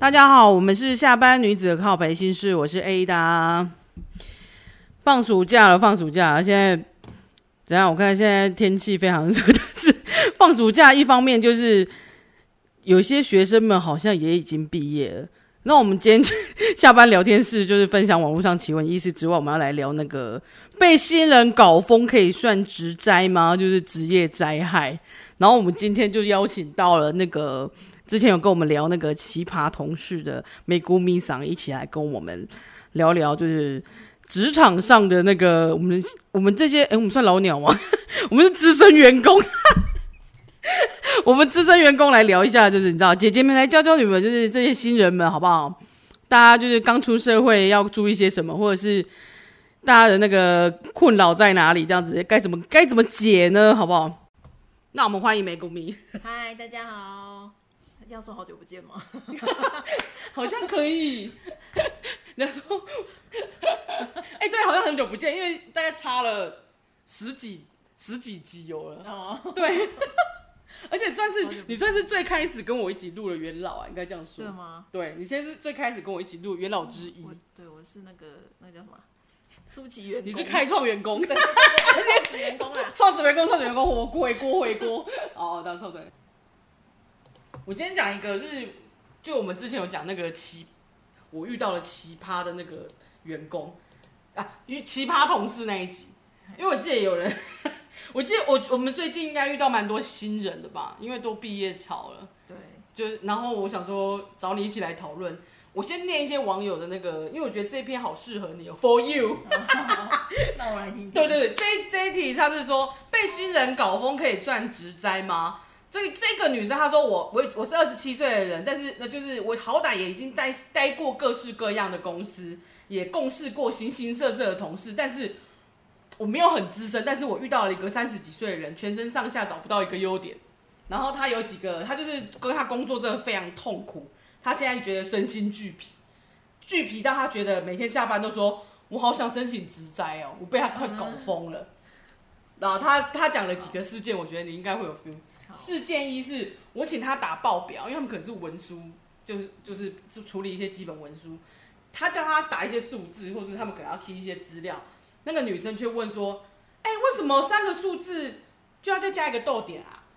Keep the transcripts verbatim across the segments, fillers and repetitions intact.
大家好，我们是下班女子的靠北心事，我是 Ada。放暑假了，放暑假了，现在怎样？我看现在天气非常热，但是放暑假一方面就是有些学生们好像也已经毕业了。那我们今天下班聊天室就是分享网络上奇闻异事之外，我们要来聊那个被新人搞疯可以算职灾吗？就是职业灾害。然后我们今天就邀请到了那个之前有跟我们聊那个奇葩同事的美姑咪桑一起来跟我们聊聊，就是职场上的那个我们我们这些哎，我们算老鸟吗？我们是资深员工。我们资深员工来聊一下，就是你知道，姐姐们来教教你们，就是这些新人们好不好？大家就是刚出社会要注意些什么，或者是大家的那个困扰在哪里，这样子该怎么该怎么解呢？好不好？那我们欢迎美姑咪。 嗨，大家好。要说好久不见吗？ 好像可以。你要说，哎、欸，对，好像很久不见，因为大概差了十几十几集有了。哦，对。而且算是你算是最开始跟我一起录的元老啊，应该这样说。 对吗？ 对，你现在是最开始跟我一起录元老之一。 我对，我是那个那个叫什么？初期员工。 你是开创员工。 对对对对，创始员工啊。 创始员工，创始员工，我回锅回锅。哦，当创始人。我今天讲一个是，就我们之前有讲那个奇，我遇到了奇葩的那个员工啊，因为奇葩同事那一集，因为我记得有人。我记得我我们最近应该遇到蛮多新人的吧，因为都毕业潮了。 对， 就然后我想说找你一起来讨论。我先念一些网友的那个，因为我觉得这篇好适合你哦 ，For you。 那我来听听。 对对对，这这一题他是说被新人搞疯可以赚职灾吗？这这个女生她说我我我是二十七岁的人，但是那就是我好歹也已经待待过各式各样的公司，也共事过形形色色的同事，但是。我没有很资深，但是我遇到了一个三十几岁的人，全身上下找不到一个优点。然后他有几个，他就是跟他工作真的非常痛苦。他现在觉得身心俱疲，俱疲到他觉得每天下班都说：“我好想申请职灾哦，我被他快搞疯了。”然后他他讲了几个事件，我觉得你应该会有 feel。事件一是我请他打报表，因为他们可能是文书，就是就是处理一些基本文书。他叫他打一些数字，或是他们可能要提一些资料。那个女生却问说：“哎、欸，为什么三个数字就要再加一个逗点啊？”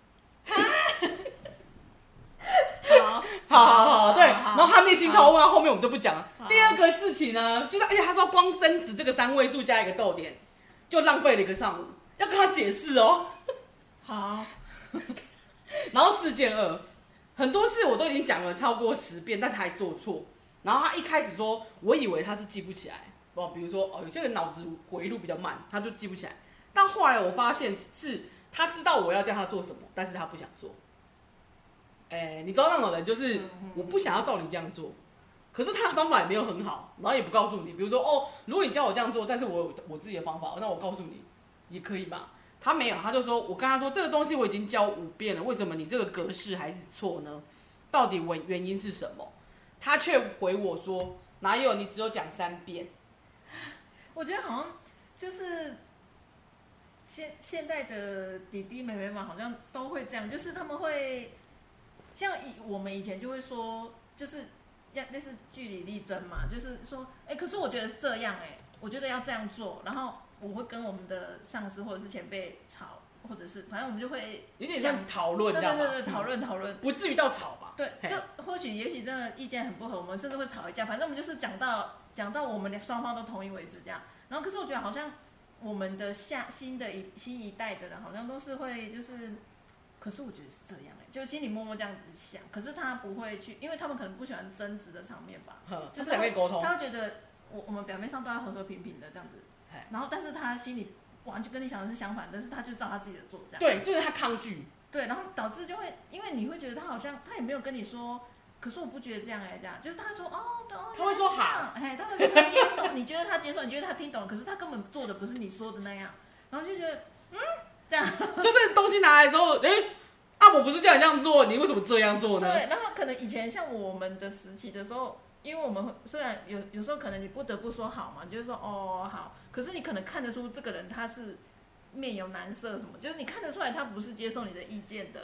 好，好，好，好，对。然后他内心超问，后面我们就不讲了。第二个事情呢，就是而且他说光增值这个三位数加一个逗点，就浪费了一个上午，要跟他解释哦。 好。 然后事件二，很多事我都已经讲了超过十遍，但他还做错。然后他一开始说，我以为他是记不起来。哦，比如说哦，有些人脑子回路比较慢，他就记不起来。但后来我发现是他知道我要叫他做什么，但是他不想做。哎，你知道那种人就是我不想要照你这样做，可是他的方法也没有很好，然后也不告诉你。比如说哦，如果你叫我这样做，但是我有我自己的方法，那我告诉你也可以吧？他没有，他就说我跟他说这个东西我已经教五遍了，为什么你这个格式还是错呢？到底原原因是什么？他却回我说哪有，你只有讲三遍。 我觉得好像就是现现在的弟弟妹妹们好像都会这样，就是他们会像以我们以前就会说，就是类似据理力争嘛，就是说，哎、欸，可是我觉得是这样、欸，哎，我觉得要这样做，然后我会跟我们的上司或者是前辈吵，或者是反正我们就会有点像讨论，这样对对对，讨论讨论， 不至于到吵吧？ 对，就或许也许真的意见很不合，我们甚至会吵一架，反正我们就是讲到。讲到我们双方都同意为止，这样。然后，可是我觉得好像我们的下新的一新一代的人，好像都是会就是，可是我觉得是这样哎、欸，就心里默默这样子想，可是他不会去，因为他们可能不喜欢争执的场面吧，就是他会沟通， 他会觉得我我们表面上都要和和平平的这样子，然后但是他心里完全跟你想的是相反，但是他就照他自己的做这样。 对，就是他抗拒。 对，然后导致就会，因为你会觉得他好像他也没有跟你说。可是我不觉得这样哎、欸，这样就是他说哦，哦他会说好， 哎，他会说他接受，你觉得他接受，你觉得他听懂，可是他根本做的不是你说的那样，然后就觉得嗯，这样， 就是东西拿来之后，哎、欸，啊，我不是叫你这样做，你为什么这样做呢？ 对，然后可能以前像我们的时期的时候，因为我们虽然有有时候可能你不得不说好嘛，就是说哦好，可是你可能看得出这个人他是面有难色什么，就是你看得出来他不是接受你的意见的。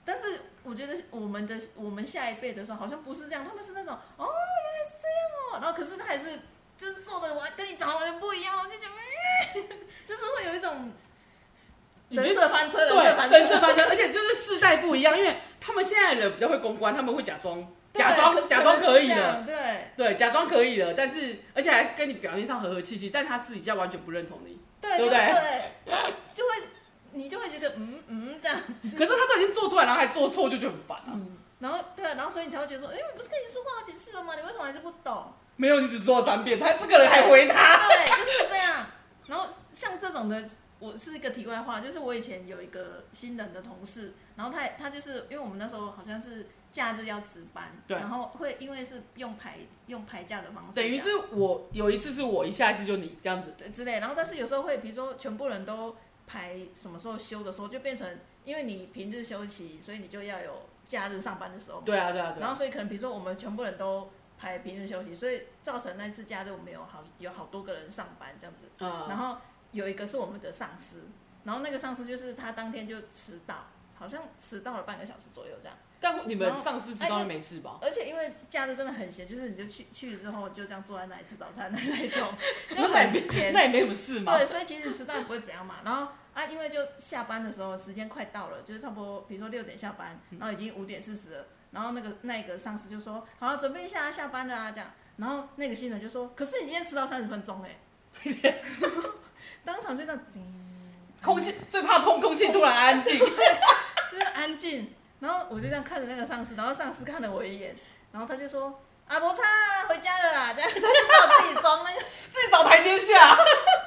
但是我觉得我们的我们下一辈的时候好像不是这样，他们是那种哦原来是这样哦，然后可是他还是就是做的完跟你长得完全不一样，我就觉得、欸、就是会有一种人设翻车，人设翻车， 人设翻车，而且就是世代不一样，因为他们现在的人比较会公关，他们会假装。假装假装可以了， 对对，假装可以了，但是而且还跟你表面上和和气气，但他私底下完全不认同你， 对对不对？ 对，然后就会你就会觉得嗯嗯这样， 可是他都已经做出来，然后还做错，就觉得很烦啊。 嗯，然后对，然后所以你才会觉得说，哎，我不是跟你说过好几次了吗？你为什么还是不懂？ 没有，你只说了三遍，他这个人还回他， 对，就是会这样。然后像这种的。我是一个题外话，就是我以前有一个新人的同事，然后他他就是因为我们那时候好像是假日要值班， 对， 然后会因为是用排用排假的方式， 等于是我有一次是我，一下一次就你这样子对之类，然后但是有时候会比如说全部人都排什么时候休的时候，就变成因为你平日休息，所以你就要有假日上班的时候， 对啊对啊对啊， 然后所以可能比如说我们全部人都排平日休息，所以造成那次假日我们有好有好多个人上班这样子， 嗯， 然后。有一个是我们的上司，然后那个上司就是他当天就迟到，好像迟到了半个小时左右这样。 但你们上司迟到就没事吧？ 而且因为假日真的很闲，就是你就去去之后就这样坐在那里吃早餐的那种，就很闲。 那也没什么事嘛。 对，所以其实迟到也不会怎样嘛。然后啊，因为就下班的时候时间快到了，就是差不多，比如说六点下班，然后已经五点四十了，然后那个那个上司就说：“好了，准备一下下班了啊。”这样，然后那个新人就说：“可是你今天迟到三十分钟哎。”当场就这样， 空气最怕空空气突然安静， 就是安静。然后我就这样看着那个上司，然后上司看了我一眼，然后他就说：“啊，没差，回家了啦。”这样他就叫自己装那个， 自己找台阶下。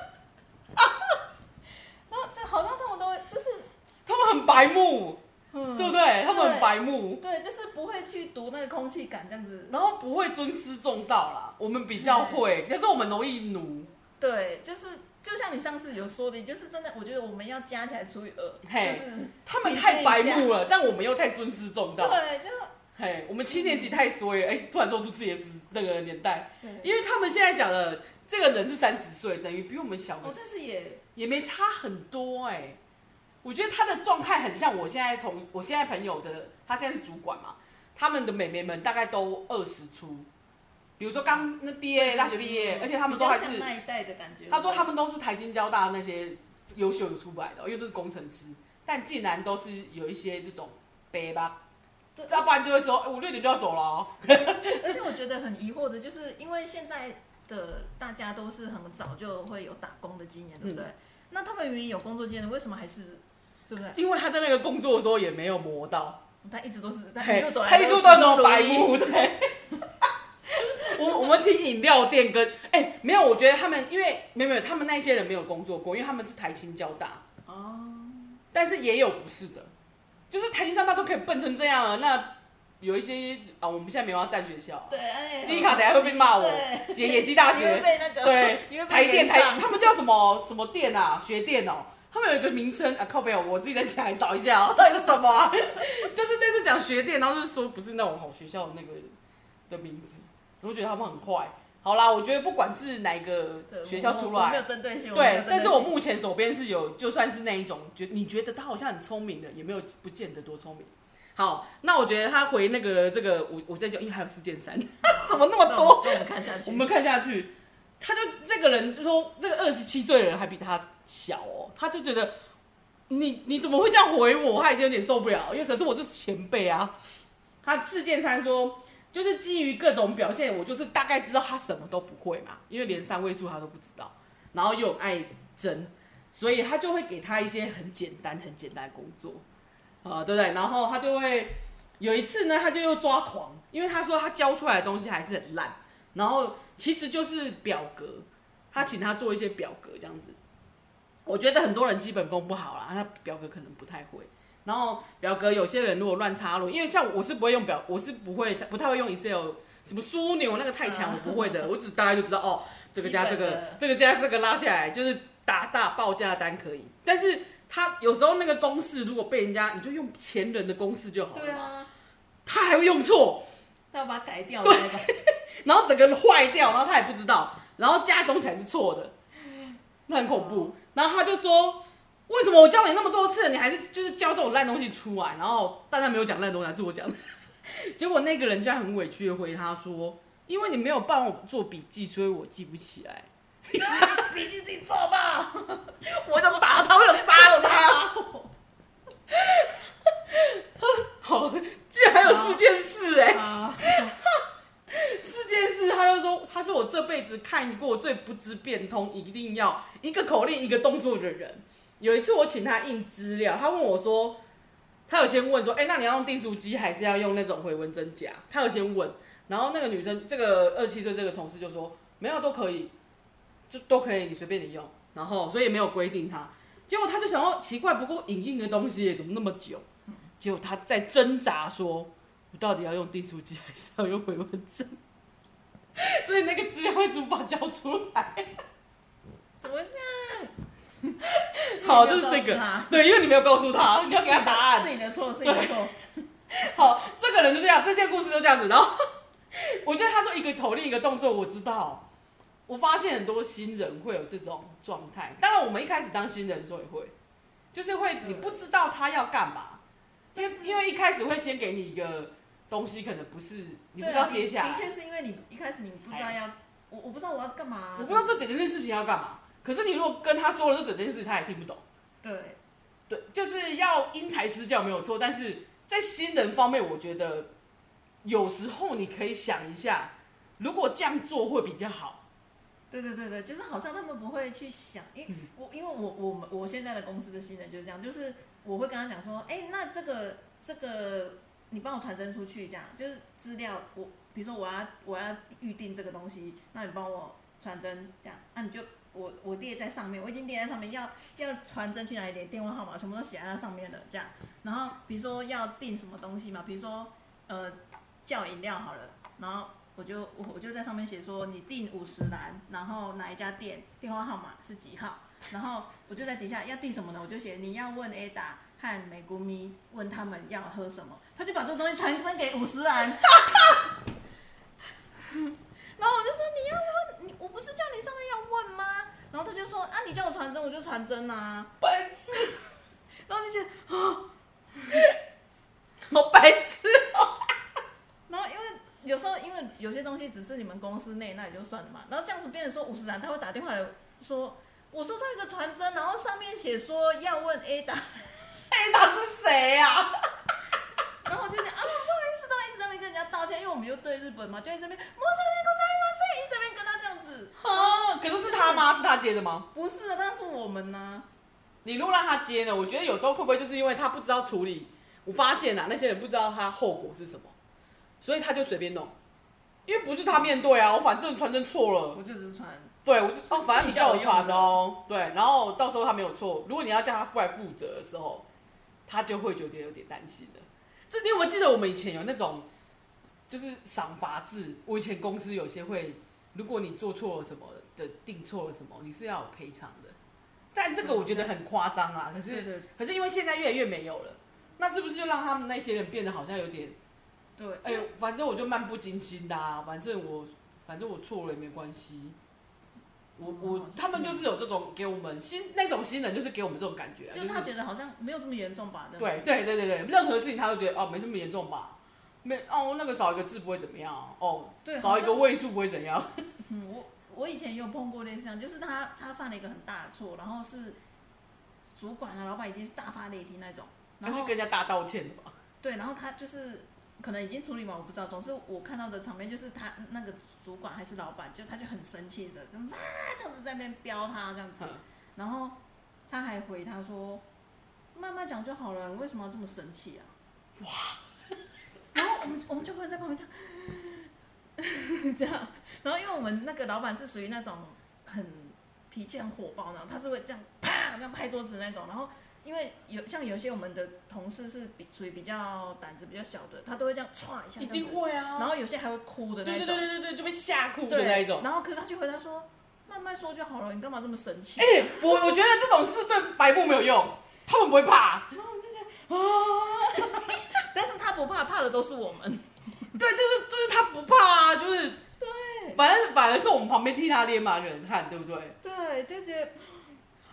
然后就好像他们都会，就是他们很白目， 嗯， 对不对？他们很白目， 对，就是不会去读那个空气感这样子， 然后不会尊师重道啦。我们比较会，可是我们容易奴。 对，就是就像你上次有说的，就是真的，我觉得我们要加起来除以二，就是他们太白目了，但我们又太尊师重道。 对，就嘿，我们七年级太衰了，哎、欸，突然说出自己的那个年代，因为他们现在讲的这个人是三十岁，等于比我们小个， 哦，但是也也没差很多哎、欸。我觉得他的状态很像我现在同我现在朋友的，他现在是主管嘛，他们的妹妹们大概都二十出。比如说刚那毕业，大学毕业，而且他们都还是那一代的感觉。 他说他们都是台金交大那些优秀的出来的，因为都是工程师，但竟然都是有一些这种背吧，要不然就会走五六点就要走了、哦。 而且我觉得很疑惑的，就是因为现在的大家都是很早就会有打工的经验，对不对？嗯、那他们明明有工作经验，为什么还是对不对？ 因为他在那个工作的时候也没有磨到， 他一直都是在一路走来， 他一路都这么白目，对。我我们请饮料店跟哎、欸、没有，我觉得他们因为没有没有，他们那些人没有工作过，因为他们是台清交大哦，但是也有不是的，就是台清交大都可以笨成这样了，那有一些啊，我们现在没有要占学校， 对，哎， 第一卡等下会被骂我，野野鸡大学， 那个、 对，台电台，他们叫什么什么电啊，学电哦，他们有一个名称啊，靠北，我自己再起来找一下哦，到底是什么、啊？就是那次讲学电，然后就是说不是那种好学校的那个的名字。我觉得他们很坏。好啦，我觉得不管是哪一个学校出来， 没有针对性。 对，但是我目前手边是有，就算是那一种，觉你觉得他好像很聪明的，也没有不见得多聪明。好，那我觉得他回那个这个，我我在讲，因为还有四件三，怎么那么多？ 我们看下去， 我们看下去，他就这个人就说，这个二十七岁的人还比他小哦，他就觉得你你怎么会这样回我？他已经有点受不了，因为可是我是前辈啊。他四件三说。就是基于各种表现，我就是大概知道他什么都不会嘛，因为连三位数他都不知道，然后又很爱争，所以他就会给他一些很简单、很简单的工作，啊、呃，对不对？然后他就会有一次呢，他就又抓狂，因为他说他教出来的东西还是很烂，然后其实就是表格，他请他做一些表格这样子。我觉得很多人基本功不好啦，他表格可能不太会。然后表格有些人如果乱插入，因为像我是不会用表，我是不会不太会用 Excel， 什么枢纽那个太强我不会的，我只大概就知道哦，这个加这个，这个加这个拉下来就是打大报价单可以。但是他有时候那个公式如果被人家，你就用前人的公式就好了嘛。 对啊， 他还会用错， 他要把它改掉， 对，然后整个坏掉，然后他也不知道，然后加总起来是错的，那很恐怖。然后他就说。 为什么我教你那么多次，你还是就是教这种烂东西出来？然后但他没有讲烂东西，还是我讲的。结果那个人就很委屈的回他说：“因为你没有帮我做笔记，所以我记不起来。” 笔记自己做吧。 我想打他，我想杀了他。好，竟然还有四件事哎、欸！四件事，他就说他是我这辈子看过最不知变通，一定要一个口令一个动作的人。有一次我请他印资料，他问我说，他有先问说，哎、欸，那你要用订书机还是要用那种回纹针夹？他有先问，然后那个女生，这个二十七岁这个同事就说，没有都可以，就都可以，你随便你用。然后所以也没有规定他。结果他就想说，奇怪，不过影印的东西怎么那么久？结果他在挣扎说，我到底要用订书机还是要用回纹针？所以那个资料会无法交出来。 怎么这样？ 好，就是这个。对，因为你没有告诉他，你要给他答案。 是你的错，是你的错。 好，这个人就这样，这件故事就这样子。然后我觉得他说一个口令一个动作，我知道。我发现很多新人会有这种状态，当然我们一开始当新人的时候也会，就是会你不知道他要干嘛，因为因为一开始会先给你一个东西，可能不是你不知道接下来。 的确是因为你一开始你不知道要，我我不知道我要干嘛、啊， 我不知道这整件事情要干嘛。可是你如果跟他说了这整件事，他也听不懂。 对， 对，就是要因材施教没有错，但是在新人方面，我觉得有时候你可以想一下，如果这样做会比较好。 对对对对，就是好像他们不会去想，因为我因为我我们我现在的公司的新人就是这样，就是我会跟他讲说，哎，那这个这个你帮我传真出去，这样就是资料，我比如说我要我要预定这个东西，那你帮我传真，这样，那、啊、你就我我列在上面，我已经列在上面，要要传真去哪里连电话号码全部都写在那上面了，这样，然后比如说要订什么东西嘛，比如说呃叫饮料好了，然后。我就我我就在上面写说你订五十兰，然后哪一家店，电话号码是几号，然后我就在底下要订什么呢？我就写你要问 Ada 和美姑咪，问他们要喝什么，他就把这个东西传真给五十兰，然后我就说你要问你，我不是叫你上面要问吗？然后他就说啊你叫我传真我就传真啊， 白痴， 然后就觉得啊， 好白痴哦， 然后因为。有时候因为有些东西只是你们公司内，那也就算了嘛。然后这样子变成说五十兰，他会打电话来说，我收到一个传真，然后上面写说要问 Ada，Ada 是谁啊？ 然后我就讲啊，不好意思，都一直在那边跟人家道歉，因为我们又对日本嘛，就在这边，我说那个在吗？所以一直在那边跟他这样子。 啊，可是是他吗？是他接的吗？ 不是，但是我们呢。 你如果让他接呢？我觉得有时候会不会就是因为他不知道处理？我发现啊，那些人不知道他后果是什么。所以他就随便弄，因为不是他面对啊，我反正传真错了， 我就只是传， 对我就哦，反正你叫我传的哦，对，然后到时候他没有错，如果你要叫他负来负责的时候，他就会觉得有点担心了。这你有没有记得我们以前有那种就是赏罚制？我以前公司有些会，如果你做错了什么的，订错了什么，你是要有赔偿的。但这个我觉得很夸张啊，可是对对可是因为现在越来越没有了，那是不是就让他们那些人变得好像有点？ 对， 哎、欸，反正我就漫不经心的啊，反正我，反正我错了也没关系。我我他们就是有这种给我们新那种新人，就是给我们这种感觉、啊， 就他觉得好像没有这么严重吧？ 对对对对对，任何事情他都觉得哦没这么严重吧，没哦那个少一个字不会怎么样哦， 对， 少一个位数不会怎样。 嗯，我我以前也有碰过类似这样，就是他他犯了一个很大的错，然后是主管啊老板已经是大发雷霆那种，然后跟人家大道歉的吧？ 对，然后他就是。可能已经处理完，我不知道。总之我看到的场面就是他那个主管还是老板，就他就很生气的，就啊这样子在那边飙他这样子，然后他还回他说：“慢慢讲就好了，你为什么要这么生气啊？”哇！然后我们我们就会在旁边讲这样，然后因为我们那个老板是属于那种很脾气很火爆那种，他是会这样啪这样拍桌子那种，然后。因为有像有些我们的同事是比属于比较胆子比较小的，他都会这样唰一下， 一定会啊。 然后有些还会哭的那种， 对对对对对，就被吓哭的那一种。 然后可是他就回答说：“慢慢说就好了，你干嘛这么生气？” 哎、欸，我我觉得这种事对白目没有用，他们不会怕。 然后我们就觉得啊，但是他不怕，怕的都是我们。 对，就是就是他不怕啊，就是对， 反正反而是我们旁边替他捏马给人看，对不对？ 对，就觉得。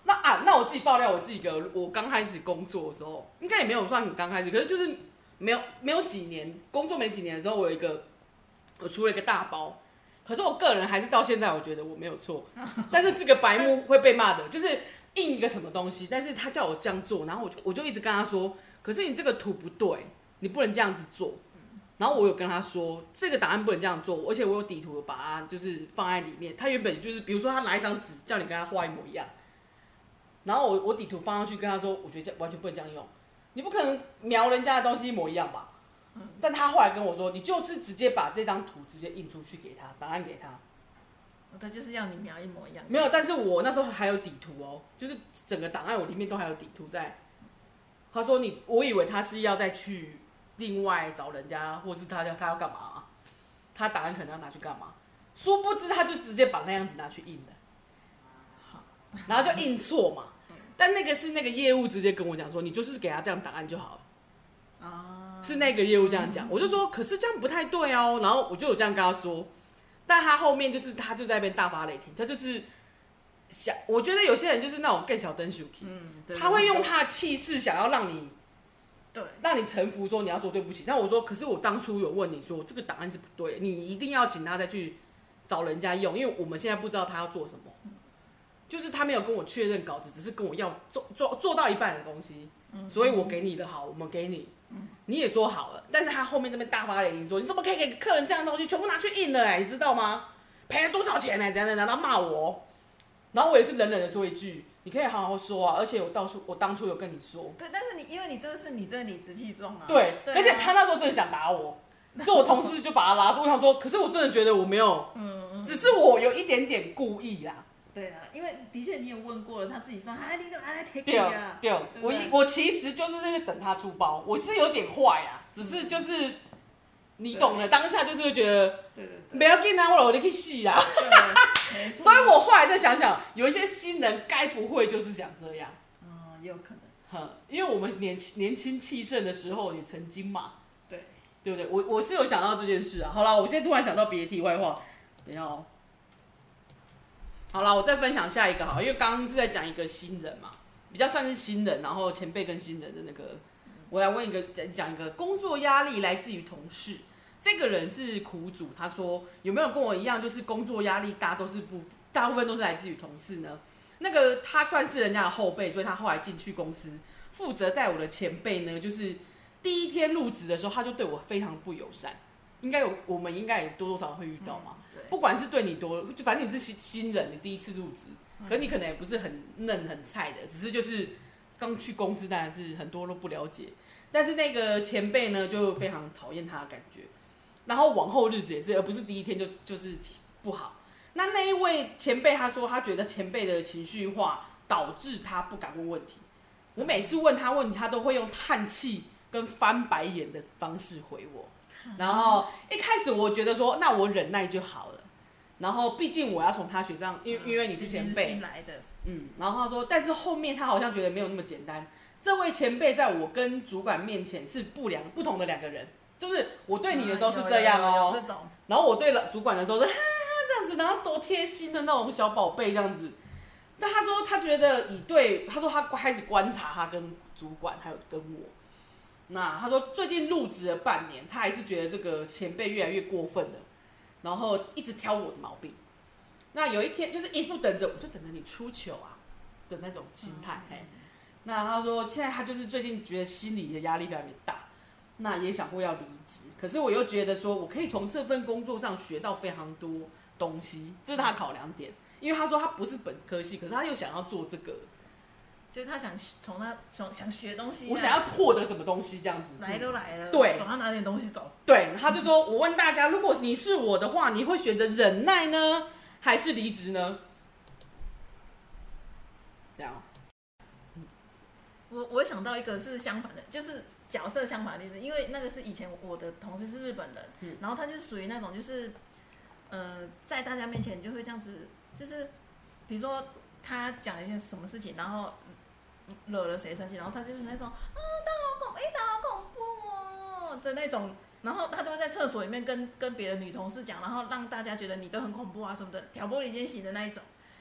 那啊，那我自己爆料我自己一个，我刚开始工作的时候，应该也没有算很刚开始，可是就是没有没有几年，工作没几年的时候，我有一个我出了一个大包，可是我个人还是到现在我觉得我没有错，但是是个白目会被骂的，就是印一个什么东西，但是他叫我这样做，然后我就我就一直跟他说，可是你这个图不对，你不能这样子做。然后我有跟他说，这个档案不能这样做，而且我有底图把它就是放在里面。他原本就是，比如说他拿一张纸叫你跟他画一模一样，然后我我底图放上去跟他说，我觉得完全不能这样用，你不可能描人家的东西一模一样吧？嗯、但他后来跟我说，你就是直接把这张图直接印出去给他，档案给他。 他就是要你描一模一样。 没有，但是我那时候还有底图哦，就是整个档案我里面都还有底图在。他说你，我以为他是要再去。另外找人家，或是他要他要干嘛、啊？他档案可能要拿去干嘛？殊不知他就直接把那样子拿去印了，然后就印错嘛。但那个是那个业务直接跟我讲说，你就是给他这样档案就好了。啊，是那个业务这样讲，我就说可是这样不太对哦。然后我就有这样跟他说，但他后面就是他就在那边大发雷霆，他就是想，我觉得有些人就是那种更小灯 Suki， 嗯，他会用他的气势想要让你。对，让你臣服，说你要说对不起。但我说，可是我当初有问你说这个档案是不对，你一定要请他再去找人家用，因为我们现在不知道他要做什么，就是他没有跟我确认稿子，只是跟我要做做做到一半的东西，嗯、所以我给你的好，我们给你，嗯、你也说好了，但是他后面那边大发雷霆说，你怎么可以给客人这样的东西全部拿去印了、欸？你知道吗？赔了多少钱呢、欸？怎样怎样，然后骂我，然后我也是冷冷的说一句。你可以好好说啊，而且我当初我当初有跟你说， 对，但是你因为你这个是你这理直气壮啊， 对，对啊，而且他那时候真的想打我，是我同事就把他拉住，我想说，可是我真的觉得我没有，嗯嗯，只是我有一点点故意啦。 对啊，因为的确你有问过了，他自己说，哎，你怎么来 take 啊？ 对，我我其实就是在等他出包，我是有点坏啊，只是就是你懂了，当下就是会觉得，对对对，不要紧啊，我我就去死啊。所以我后来再想想，有一些新人该不会就是想这样？ 嗯，也有可能。因为我们年年轻气盛的时候也曾经嘛， 对对不对？我我是有想到这件事啊。好啦，我现在突然想到别的题外话，等一下哦。好啦，我再分享下一个好，因为刚刚是在讲一个新人嘛，比较算是新人，然后前辈跟新人的那个，我来问一个讲一个工作压力来自于同事。这个人是苦主，他说有没有跟我一样，就是工作压力大，都是不大部分都是来自于同事呢？那个他算是人家的后辈，所以他后来进去公司负责带我的前辈呢，就是第一天入职的时候，他就对我非常不友善。应该有，我们应该也多多少少会遇到嘛。嗯、不管是对你多，就反正你是新新人，你第一次入职，可是你可能也不是很嫩很菜的，只是就是刚去公司，当然是很多都不了解。但是那个前辈呢，就非常讨厌他的感觉。然后往后日子也是，而不是第一天就就是不好。那那一位前辈他说，他觉得前辈的情绪化导致他不敢问问题。我每次问他问题，他都会用叹气跟翻白眼的方式回我。然后一开始我觉得说，那我忍耐就好了。然后毕竟我要从他学上，因为因为你是前辈， 新来的， 嗯。然后他说，但是后面他好像觉得没有那么简单。这位前辈在我跟主管面前是不良不同的两个人。就是我对你的时候是这样哦、 嗯， 然后我对主管的时候是哈哈这样子，然后多贴心的那种小宝贝这样子。但他说他觉得以对，他说他开始观察他跟主管还有跟我。那他说最近入职了半年，他还是觉得这个前辈越来越过分了，然后一直挑我的毛病。那有一天就是一副等着，我就等着你出糗啊的那种心态。嗯、那他说现在他就是最近觉得心理的压力越来越大。那也想过要离职，可是我又觉得说，我可以从这份工作上学到非常多东西，这是他考量点。因为他说他不是本科系，可是他又想要做这个， 就是他想从他想想学东西、啊， 我想要获得什么东西这样子。 来都来了， 对， 总要拿点东西走。 对，他就说，我问大家，如果你是我的话，你会选择忍耐呢，还是离职呢？这样。 我我想到一个是相反的，就是角色相反的例子，因为那个是以前我的同事是日本人，嗯、然后他就是属于那种就是，呃，在大家面前就会这样子，就是比如说他讲一件什么事情，然后惹了谁生气，然后他就是那种啊，他好恐，哎、欸，他好恐怖哦的那种，然后他都会在厕所里面跟跟别的女同事讲，然后让大家觉得你都很恐怖啊什么的，挑拨离间型的那一种。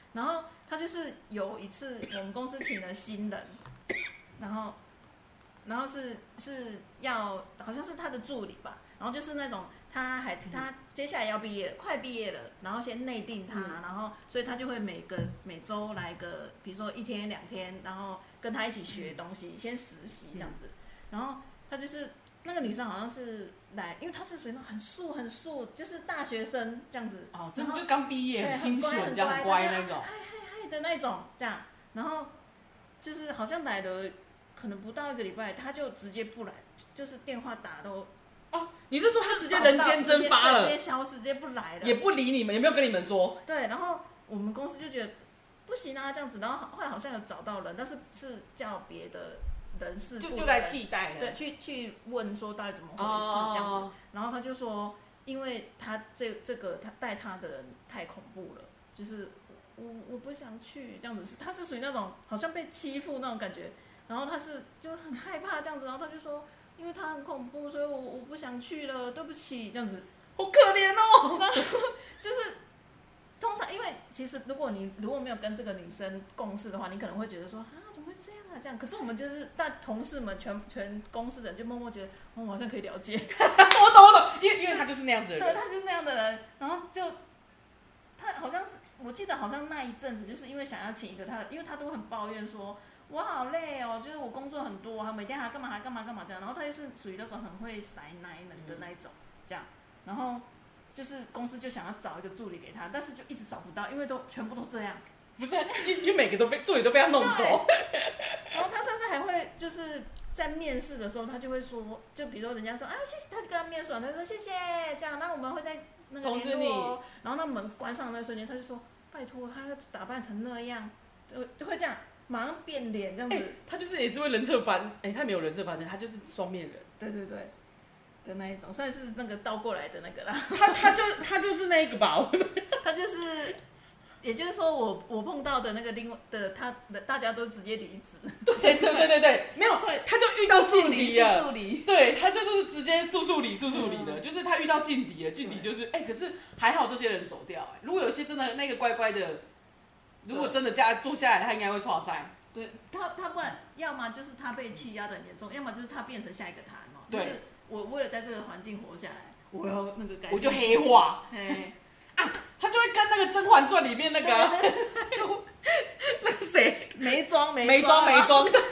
然后他就是有一次我们公司请了新人，然后然后是是要好像是他的助理吧，然后就是那种他还他接下来要毕业了，快毕业了，然后先内定他，嗯、然后所以他就会每个每周来个，比如说一天两天，然后跟他一起学东西，嗯、先实习这样子，然后他就是那个女生好像是来，因为她是属于那种很素很素，就是大学生这样子， 哦，真的就刚毕业，很清纯，这样很乖那种， 嗨嗨嗨的那种这样，然后就是好像来了。可能不到一个礼拜，他就直接不来，就是电话打都。 哦，你是说他直接人间蒸发了， 直接消失，直接不来了， 也不理你们，也没有跟你们说。 对，然后我们公司就觉得不行啊，这样子，然后后来好像有找到人，但是是叫别的人事就就来替代了， 对，去去问说到底怎么回事这样子，然后他就说，因为他这这个他带他的人太恐怖了，就是我我不想去这样子，他是属于那种好像被欺负那种感觉。然后他是就很害怕这样子，然后他就说，因为他很恐怖，所以我我不想去了，对不起，这样子， 好可怜哦。 然后就是通常，因为其实如果你如果没有跟这个女生共事的话，你可能会觉得说啊，怎么会这样啊？这样，可是我们就是但同事们全全公司的人就默默觉得，哦，我好像可以了解。 我懂我懂，因为因为他就是那样子的人， 对，他就是那样的人，然后就他好像是我记得好像那一阵子就是因为想要请一个他，因为他都很抱怨说。我好累哦，就是我工作很多，还每天还干嘛还干嘛干嘛这样，然后他就是属于那种很会塞奶的那一种，这样，然后就是公司就想要找一个助理给他，但是就一直找不到，因为都全部都这样。 不是、啊，因为每个都被助理都被他弄走。 然后他甚至还会就是在面试的时候，他就会说，就比如说人家说啊谢谢，他就跟他面试完，他就说谢谢这样，那我们会在那个联络哦。然后那门关上的那瞬间，他就说拜托，他打扮成那样，就就会这样。马上变脸这样子、 欸，他就是也是会人设翻，哎、欸，他没有人设翻，他就是双面人。 对对对，的那一种，算是那个倒过来的那个啦。 他他就他就是那个吧， 他就是，也就是说我我碰到的那个另外的他的大家都直接离职。 对对对对对，没有，他就遇到劲敌了。对，他就是直接速速离速速离的、嗯，就是他遇到劲敌了，劲敌就是哎、欸，可是还好这些人走掉、欸，如果有一些真的那个乖乖的。如果真的加坐下来，他应该会挫赛。 对他，他不然要么就是他被欺压的很严重，要么就是他变成下一个他嘛。就是我为了在这个环境活下来，我要那个改变。 我就黑化。 嘿啊，他就会跟那个《甄嬛传》里面那个那个谁， 没装没没装没装的，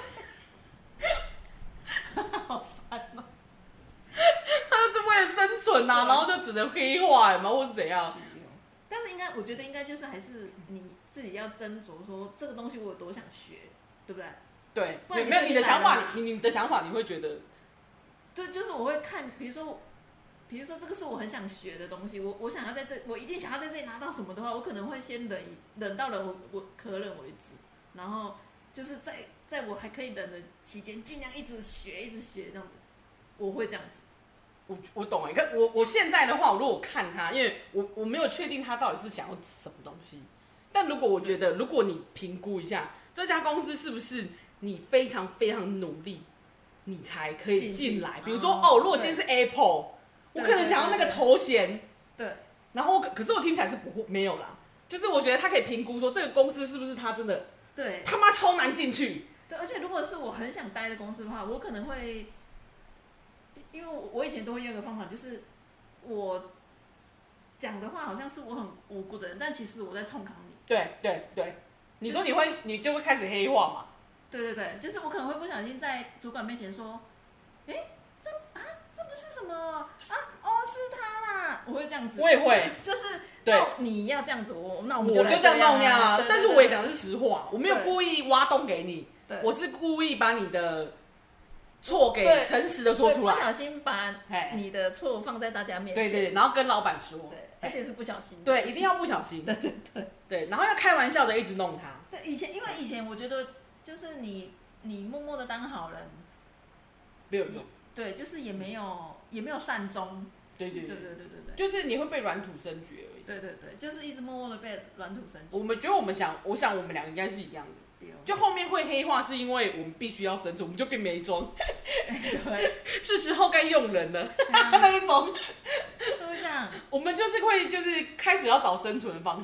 好烦哦。 他就是为了生存啊，然后就只能黑化嘛，或是怎样。 但是应该，我觉得应该就是还是你自己要斟酌说这个东西我有多想学，对不对？ 对，对，没有你的想法，你你的想法你会觉得， 对，就是我会看，比如说，比如说这个是我很想学的东西，我我想要在这，我一定想要在这里拿到什么的话，我可能会先忍忍到了我我可忍为止，然后就是在在我还可以忍的期间，尽量一直学一直学这样子，我会这样子。 我我懂哎，可我我现在的话，如果我看他，因为我我没有确定他到底是想要什么东西，但如果我觉得，如果你评估一下这家公司是不是你非常非常努力，你才可以进来。比如说哦，如果今天是 Apple， 我可能想要那个头衔， 对， 然后可是我听起来是不会没有啦，就是我觉得他可以评估说这个公司是不是他真的对他妈超难进去。 对，而且如果是我很想待的公司的话，我可能会。因为我以前都会用一个方法，就是我讲的话好像是我很无辜的人，但其实我在冲康你。 对对对，你说你会，就是、你就会开始黑化嘛？ 对对对，就是我可能会不小心在主管面前说，哎，这啊这不是什么啊哦是他啦，我会这样子。 我也会， 就是对你要这样子，我那我们就我就这样弄呀。 对对对对， 但是我也讲的是实话，我没有故意挖洞给你，我是故意把你的。错给诚实的说出来， 不小心把你的错放在大家面前， 对对对，然后跟老板说， 对，而且是不小心的， 对，一定要不小心， 对对对对，然后要开玩笑的一直弄他， 对，以前因为以前我觉得就是你你默默的当好人没有用， 对，就是也没有也没有善终， 对对对对对对对， 就是你会被软土生绝而已， 对对对，就是一直默默的被软土生绝。 我们觉得我们想，我想我们两个应该是一样的。就后面会黑化，是因为我们必须要生存，我们就变没装。 对， 是时候该用人了，那一种。 都会这样。 我们就是会，就是开始要找生存的方式。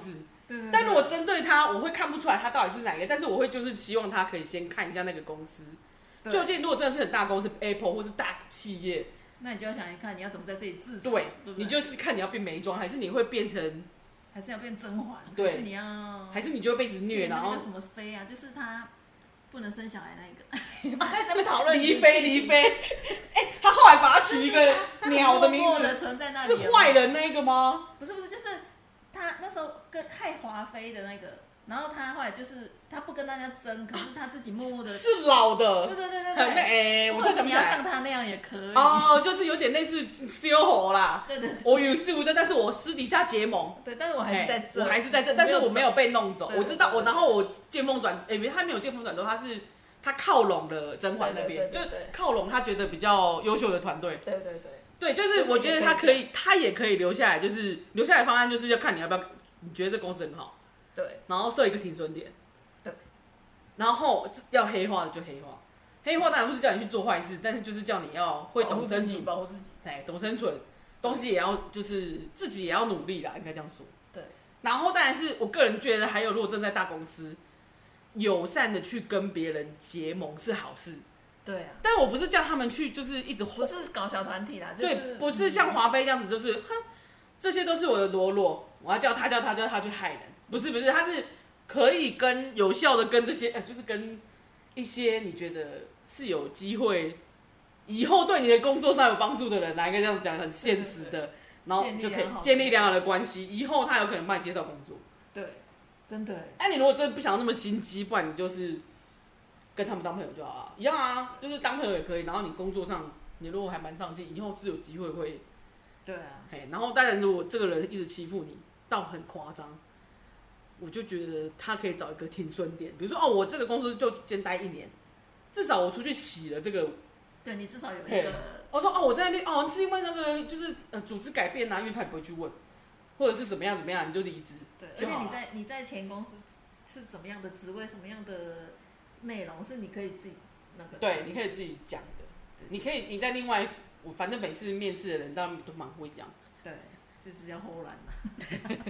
对对对， 但如果针对他，我会看不出来他到底是哪个，但是我会就是希望他可以先看一下那个公司，究竟如果真的是很大公司 ，Apple 或是大企业， 那你就要想一看你要怎么在这里自处， 对， 对不对你就是看你要变眉庄，还是你会变成， 还是要变甄嬛， 对， 还是你要， 还是你就会被一直虐，然后什么妃啊，就是他不能生小孩那一个，还在那讨论黎妃黎妃，哎，他后来把他取一个鸟的名字，是坏人那个吗？ 不是不是，就是他那时候跟害华妃的那个。然后他后来就是他不跟大家争，可是他自己默默的。 是老的。 对对对对对。那哎、欸，我就想不起来。 你要像他那样也可以。 哦，就是有点类似修猴啦。 对对对。 我与世无争，但是我私底下结盟。 对，但是我还是在这、 欸。我还是在这，但是我没有被弄走。我知道我，然后我见风转，哎、欸，他没有见风转舵，他是他靠拢了甄嬛那边，就靠拢他觉得比较优秀的团队。 对对对。 对，就是我觉得他可以，他也可以留下来，就是留下来方案就是要看你要不要，你觉得这公司很好。 对， 然后设一个停损点， 对， 然后要黑化的就黑化，黑化当然不是叫你去做坏事，但是就是叫你要会懂生存， 保护自己， 哎，懂生存，东西也要就是自己也要努力啦，应该这样说。 对， 然后当然是我个人觉得，还有如果正在大公司，友善的去跟别人结盟是好事。 对啊， 但我不是叫他们去，就是一直不是搞小团体啦，就是、 对，不是像华妃这样子，就是哼，这些都是我的喽啰，我要叫他叫他叫他去害人。不是不是，他是可以跟有效的跟这些，呃，就是跟一些你觉得是有机会以后对你的工作上有帮助的人，来一个这样讲很现实的，对对对，然后就可以建立良好的关系，以后他有可能帮你介绍工作。 对，真的。 哎，你如果真的不想要那么心机，不然你就是跟他们当朋友就好了，一样啊，就是当朋友也可以。然后你工作上，你如果还蛮上进，以后是有机会会， 对啊， 嘿，然后当然如果这个人一直欺负你，到很夸张。我就觉得他可以找一个停损点，比如说哦，我这个公司就先待一年，至少我出去洗了这个。 对你至少有一个。 我说哦，我在那边哦，是因为那个就是呃组织改变啊，因为他也不会去问，或者是什么样怎么样，你就离职。 对，而且你在你在前公司是怎么样的职位，什么样的内容是你可以自己那个。 对，你可以自己讲的。你可以你在另外，我反正每次面试的人当然都蛮会讲。 对，就是要偷懒嘛。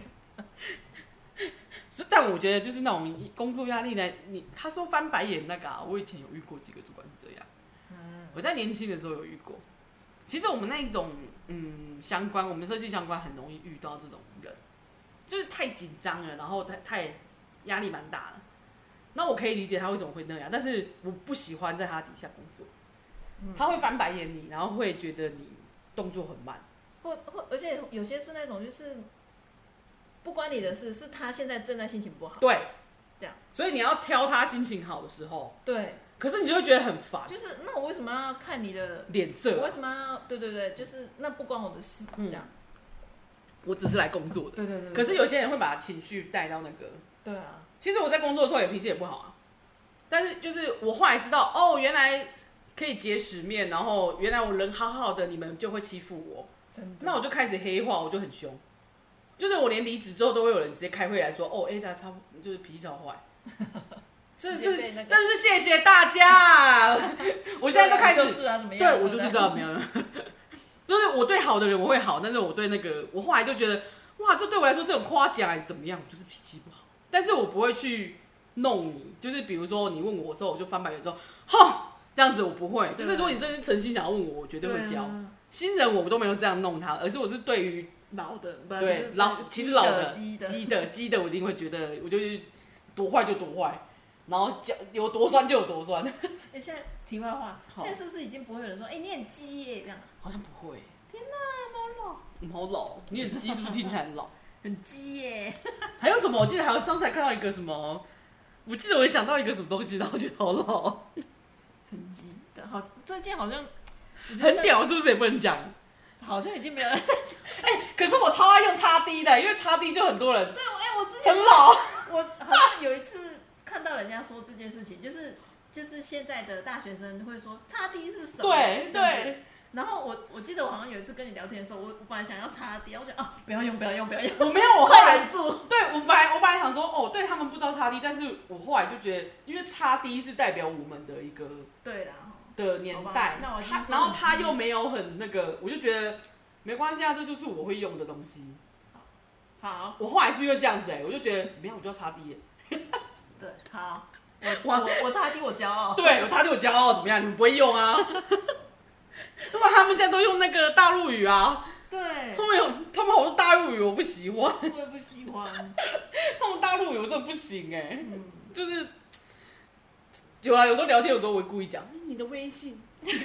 但我觉得就是那种工作压力呢，你他说翻白眼那个啊，我以前有遇过几个主管是这样。嗯，我在年轻的时候有遇过。其实我们那种嗯相关，我们设计相关很容易遇到这种人，就是太紧张了，然后太太压力蛮大的。那我可以理解他为什么会那样，但是我不喜欢在他底下工作。嗯、他会翻白眼你，然后会觉得你动作很慢， 或或而且有些是那种就是。不关你的事，是他现在正在心情不好。 对， 这样， 所以你要挑他心情好的时候。 对。 可是你就会觉得很烦。 就是那我为什么要看你的脸色？ 我为什么要？对对对，就是那不关我的事，嗯、这样。 我只是来工作的。 对对 对, 对。 可是有些人会把情绪带到那个。 对啊。 其实我在工作的时候也脾气也不好啊，但是就是我后来知道，哦，原来可以结使面，然后原来我人好好的，你们就会欺负我。 真的。 那我就开始黑化，我就很凶。就是我连离职之后都会有人直接开会来说，哦 ，Ada 超就是脾气超坏，真是真是谢谢大家，我现在都开始， 就是啊，怎么样？ 对我就是这样，怎么样？就是我对好的人我会好，但是我对那个我后来就觉得，哇，这对我来说是种夸奖，怎么样？我就是脾气不好，但是我不会去弄你，就是比如说你问我的时候，我就翻白眼说，哼，这样子我不会，就是如果你真是诚心想要问我，我绝对会教。新人我都没有这样弄他，而是我是对于。 老的， 对老，其实老的、鸡的、鸡的，我一定会觉得，我就是多坏就多坏，然后有多酸就有多酸。 哎、欸，现在题外话，现在是不是已经不会有人说，哎、欸，你很鸡耶这样？ 好像不会。 天哪，好老。 嗯，好老，你很鸡是不是听起来很老？ 很鸡耶。 还有什么？我记得还有上次还看到一个什么，我记得我想到一个什么东西，然后觉得好老。 很鸡，好，最近好像很屌，是不是也不能讲？ 好像已经没有人在讲。 哎、欸，可是我超爱用叉 D 的，因为叉 D 就很多人。 对，哎、欸，我之前很老。 我好像有一次看到人家说这件事情，就是就是现在的大学生会说叉 D 是什么？ 对对。 然后我我记得我好像有一次跟你聊天的时候，我我本来想要叉 D， 我想啊不要用不要用不要用。 我没有，我后来忍住。 对，我本来我本来想说哦，对他们不知道叉 D， 但是我后来就觉得，因为叉 D 是代表我们的一个对啦的年代， 那我他然后他又没有很那个，我就觉得。没关系啊，这就是我会用的东西。 好， 我后来是因为这样子哎、欸，我就觉得怎么样，我就要擦 D 耶、欸。 对，好，我我我擦 D 我骄傲。 对，我擦 D 我骄傲，怎么样？你们不会用啊？那么他们现在都用那个大陆语啊。 对， 他们有，他们好多大陆语我不喜欢。 我也不喜欢。 他们大陆语我真的不行哎、欸， 嗯， 就是有啦，有时候聊天，有时候我会故意讲你的微信。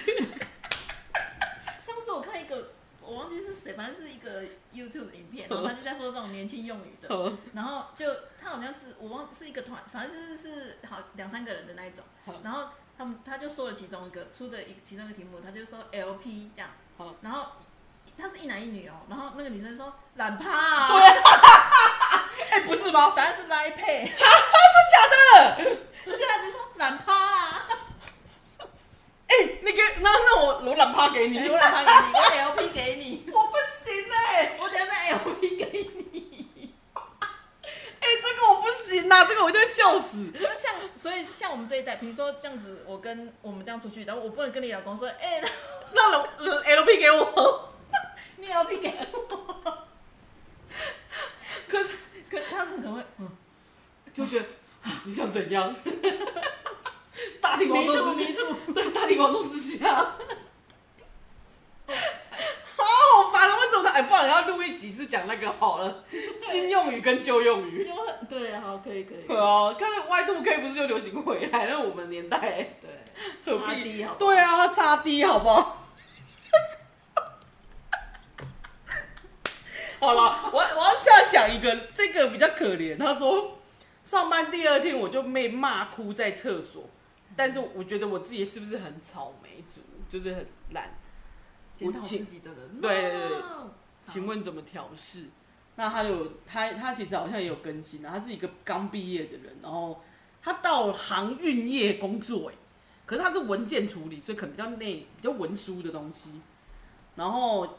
上次我看一个，我忘记是谁，反正是一个 YouTube 影片，然后他就在说这种年轻用语的，然后就他好像是我忘是一个团，反正就是是好两三个人的那一种，然后他们他就说了其中一个出的一其中一个题目，他就说 L P 这样，然后他是一男一女哦，然后那个女生说懒趴啊， 对，哎、欸、不是吗？ 答案是来配， 真假的？ 而且他直接说懒趴啊， 哎、欸，那个那那我我懒趴给你， 我懒趴给你，我 L P 给你， 我不行哎、欸， 我等下再 L P 给你。 哎、欸，这个我不行呐、啊，这个我一定会笑死。 那像，所以像我们这一代，比如说这样子，我跟我们这样出去，然后我不能跟你老公说，哎、欸， 那 L P 给我， 你 L P 给我。 可是， 可他们可能会，嗯， 就觉得你想怎样？大庭广众之下，对，大庭广众之下，好好烦啊！为什么他？哎、欸，不然要录一集是讲那个好了，新用语跟旧用语。 对，好，可以可以。 对啊，看 Y two K 不是就流行回来？那我们年代、欸， 对， 何差低好不好？ 对啊，差低好不好？好了，我我要现在讲一个，这个比较可怜。他说，上班第二天我就被骂哭在厕所，但是我觉得我自己是不是很草莓族，就是很懒， 检讨自己的人。 对对对，请问怎么调试？那他有他他其实好像也有更新啊，他是一个刚毕业的人，然后他到航运业工作，哎，可是他是文件处理，所以可能比较内比较文书的东西，然后。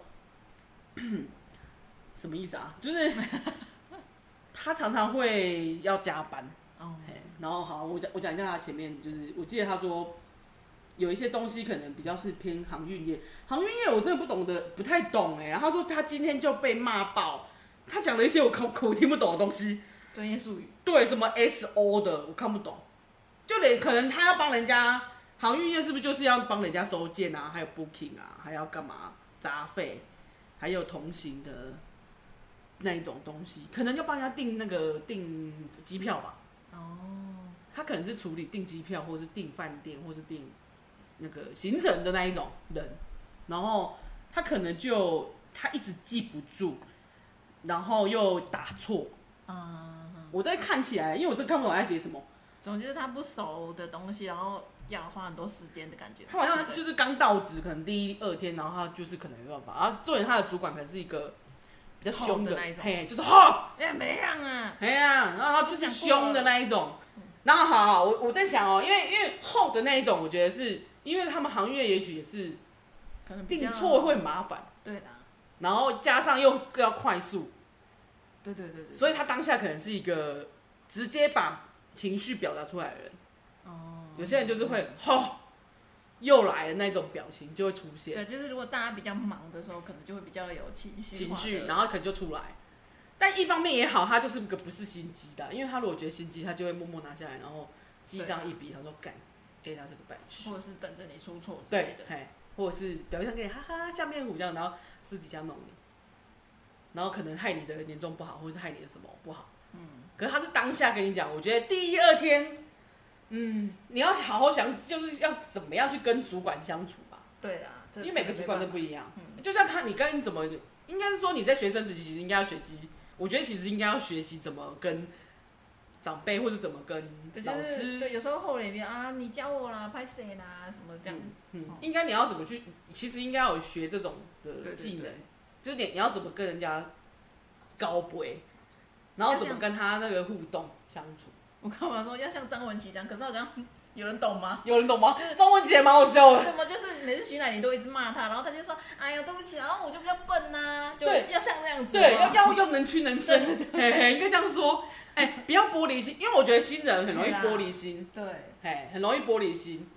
什么意思啊？就是他常常会要加班，哦，然后好，我讲我讲一下他前面，就是我记得他说有一些东西可能比较是偏航运业，航运业我真的不懂的，不太懂哎。然后他说他今天就被骂爆，他讲了一些我我听不懂的东西， 专业术语， 对，什么 S O 的我看不懂，就连可能他要帮人家航运业是不是就是要帮人家收件啊，还有 booking 啊，还要干嘛杂费，还有同行的。那一种东西，可能要帮人家订那个订机票吧。哦，他可能是处理订机票，或是订饭店，或是订那个行程的那一种人。然后他可能就他一直记不住，然后又打错。嗯，我在看起来，因为我真看不懂他在写什么。 总之他不熟的东西，然后要花很多时间的感觉。 他好像就是刚到职，可能第一二天，然后他就是可能没办法。然后重点他的主管可能是一个。比较凶的那一种，嘿，就是哈， 哎，没样啊， 哎呀，然后就是凶的那一种。然后好好，我我在想哦，因为因为后的那一种，我觉得是因为他们行业也许也是， 可能订错会很麻烦， 对的。 然后加上又要快速， 对对对对， 所以他当下可能是一个直接把情绪表达出来的人。哦，有些人就是会哈。又来的那种表情就会出现。 对，就是如果大家比较忙的时候，可能就会比较有情绪。 情绪，然后可能就出来。但一方面也好，他就是个不是心机的，因为他如果觉得心机，他就会默默拿下来，然后记上一笔，他说干，哎，他是个白痴， 或者是等着你出错之类的， 对，或者是表面上跟你哈哈下面虎这样，然后私底下弄你，然后可能害你的年终不好，或者是害你的什么不好。嗯，可是他是当下跟你讲，我觉得第一二天。嗯，你要好好想，就是要怎么样去跟主管相处吧。 对啦， 因为每个主管都不一样。嗯，就像看你跟你怎么，应该是说你在学生时期其实应该要学习，我觉得其实应该要学习怎么跟长辈或者怎么跟老师。 对，对，有时候后人边啊，你教我啦，拍谁啦，什么这样。 嗯，嗯应该你要怎么去？其实应该要有学这种的技能，对对对就是你你要怎么跟人家高杯，然后怎么跟他那个互动相处。 我干嘛说要像张文琪这样？可是好像有人懂吗？ 有人懂吗？张文琪也蛮好笑的。 怎么就是每次徐乃麟都一直骂他，然后他就说：“哎呀，对不起，然后我就比较笨呐、啊，就要像那样子。” 对，要要又能屈能伸，嘿嘿，应该这样说。哎、欸，不要玻璃心，因为我觉得新人很容易玻璃心。 对， 哎，很容易玻璃心。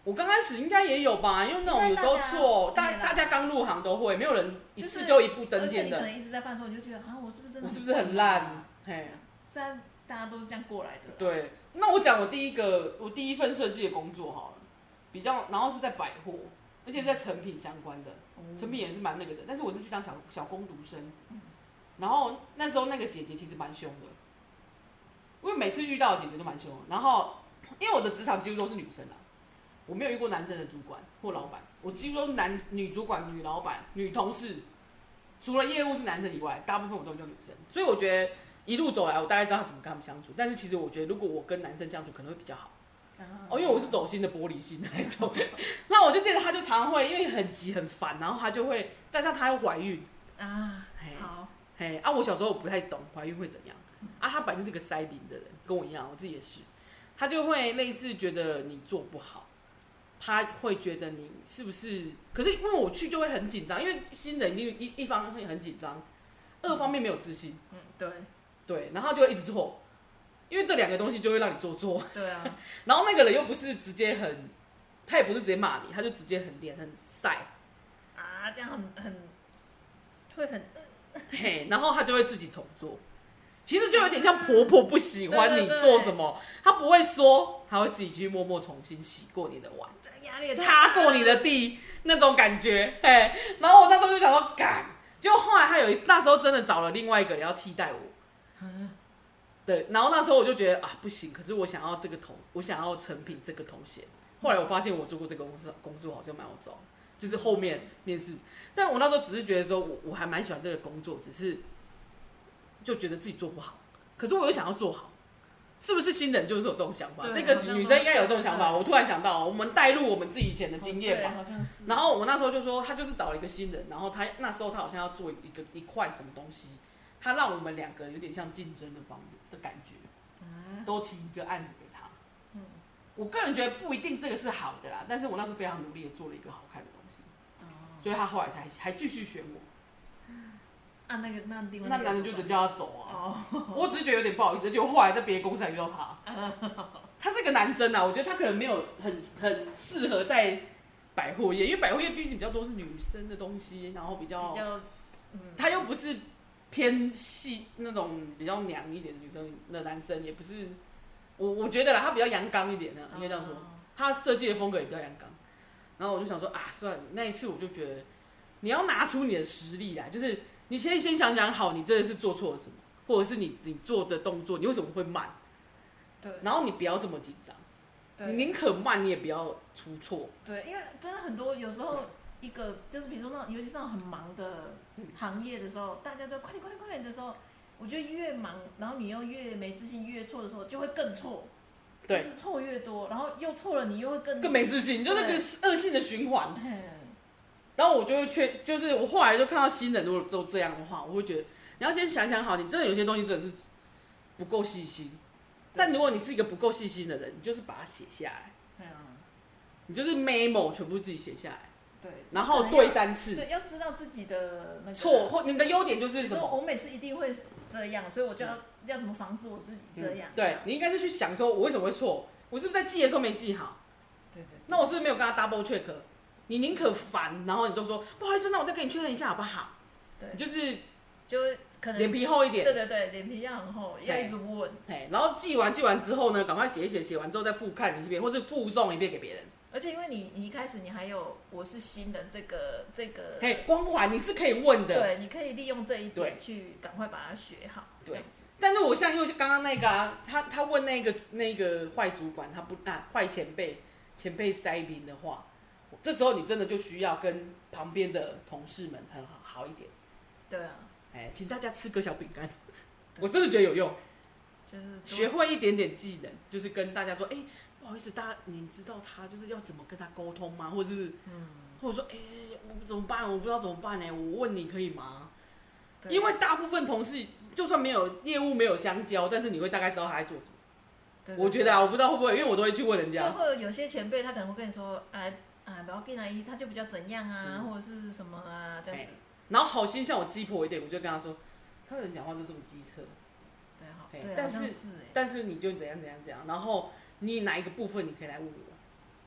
我刚开始应该也有吧，因为那种有时候错，大大家刚入行都会，没有人一次就一步登天的。 而且你可能一直在犯错，你就觉得啊，我是不是真的？ 我是不是很烂？嘿， 这样大家都是这样过来的。 对，那我讲我第一个，我第一份设计的工作好了，比较，然后是在百货，而且是在成品相关的， 嗯、 成品也是蛮那个的。但是我是去当小小工读生，然后那时候那个姐姐其实蛮凶的，因为每次遇到的姐姐都蛮凶的。然后因为我的职场几乎都是女生啊。我没有遇过男生的主管或老板，我几乎都是男女主管、女老板、女同事，除了业务是男生以外，大部分我都叫女生。所以我觉得一路走来，我大概知道怎么跟他们相处。但是其实我觉得，如果我跟男生相处，可能会比较好。哦，因为我是走心的玻璃心那一种。那我就记得他就常常会因为很急很烦，然后他就会，加上他又怀孕啊，好， 嘿啊，我小时候不太懂怀孕会怎样啊，他本来就是个塞饼的人，跟我一样，我自己也是，他就会类似觉得你做不好。他会觉得你是不是？可是因为我去就会很紧张，因为新人一一一方会很紧张，二方面没有自信， 嗯，对， 对，然后就会一直错，因为这两个东西就会让你做错， 对啊， 然后那个人又不是直接很，他也不是直接骂你，他就直接很脸很晒， 啊，这样很很会很， 嘿，然后他就会自己重做。其实就有点像婆婆不喜欢你做什么，她不会说，她会自己去默默重新洗过你的碗，擦过你的地那种感觉，嘿。然后我那时候就想说，干，结果后来他有一那时候真的找了另外一个人要替代我，对。然后那时候我就觉得啊不行，可是我想要这个头，我想要成品这个头衔。后来我发现我做过这个工作，工作好像蛮好找，就是后面面试。但我那时候只是觉得说我我还蛮喜欢这个工作，只是。就觉得自己做不好，可是我又想要做好，是不是新人就是有这种想法？这个女生应该有这种想法。我突然想到，我们带入我们自己以前的经验吧。 好像是。 然后我那时候就说，他就是找了一个新人，然后他那时候他好像要做一个一块什么东西，他让我们两个有点像竞争的方的感觉，嗯、都提一个案子给他。嗯，我个人觉得不一定这个是好的啦，但是我那时候非常努力的做了一个好看的东西，哦、所以他后来才还继续选我。 啊，那个那另外那男人就只叫他走啊！哦、我只是觉得有点不好意思，而且我后来在别的公司还遇到他。他是个男生啊，我觉得他可能没有很很适合在百货业，因为百货业毕竟比较多是女生的东西，然后比较，比较嗯、他又不是偏细那种比较娘一点的女生的男生，也不是我我觉得啦，他比较阳刚一点的，应该这样说。他设计的风格也比较阳刚。然后我就想说啊，算了，那一次我就觉得你要拿出你的实力来，就是。你先先想想好，你真的是做错了什么，或者是你你做的动作，你为什么会慢？对。然后你不要这么紧张，你宁可慢，你也不要出错。 对，因为真的很多有时候一个就是比如说那种，尤其是那种很忙的行业的时候，大家都快点快点快点的时候，我觉得越忙，然后你又越没自信，越错的时候就会更错。对。就是错越多，然后又错了，你又会更更没自信，就那个恶性的循环。然后我就会确，就是我后来就看到新人如果都这样的话，我会觉得你要先想想好，你真的有些东西真的是不够细心。但如果你是一个不够细心的人，你就是把它写下来，对啊，你就是 memo 全部自己写下来， 对， 然后对三次， 对，要知道自己的那个错或你的优点就是什么。 我每次一定会这样，所以我就要、嗯、要怎么防止我自己这样？ 嗯、对你应该是去想说，我为什么会错？我是不是在记的时候没记好？对 对, 对。那我是不是没有跟他 double check？你宁可烦，然后你都说不好意思，那我再跟你确认一下好不好？对，你就是就可能脸皮厚一点。 对对对，脸皮要很厚，要一直问。 然后记完记完之后呢，赶快写一写，写完之后再复看一遍，或是附送一遍给别人。 而且因为你你一开始你还有我是新人这个这个， 嘿，光环你是可以问的。 对，你可以利用这一点去赶快把它学好。这样子。 但是我像又是刚刚那个啊，他他问那个那个坏主管，他不啊坏前辈前辈塞宾的话。这时候你真的就需要跟旁边的同事们很好好一点。 对啊， 哎，请大家吃个小饼干，我真的觉得有用。就是学会一点点技能，就是跟大家说，哎，不好意思，大家你知道他就是要怎么跟他沟通吗？或者是，嗯，或者说，哎，我怎么办？我不知道怎么办呢？我问你可以吗？因为大部分同事就算没有业务没有相交，但是你会大概知道他在做什么。对对对，我觉得啊，我不知道会不会，因为我都会去问人家。 或者有些前辈他可能会跟你说，哎。啊，不要跟他一，他就比较怎样啊，嗯、或者是什么啊这样子。 然后好心像我鸡婆一点，我就跟他说，他人讲话就这么机车。 对，好，对， 但是但是你就怎样怎样怎样，然后你哪一个部分你可以来问我，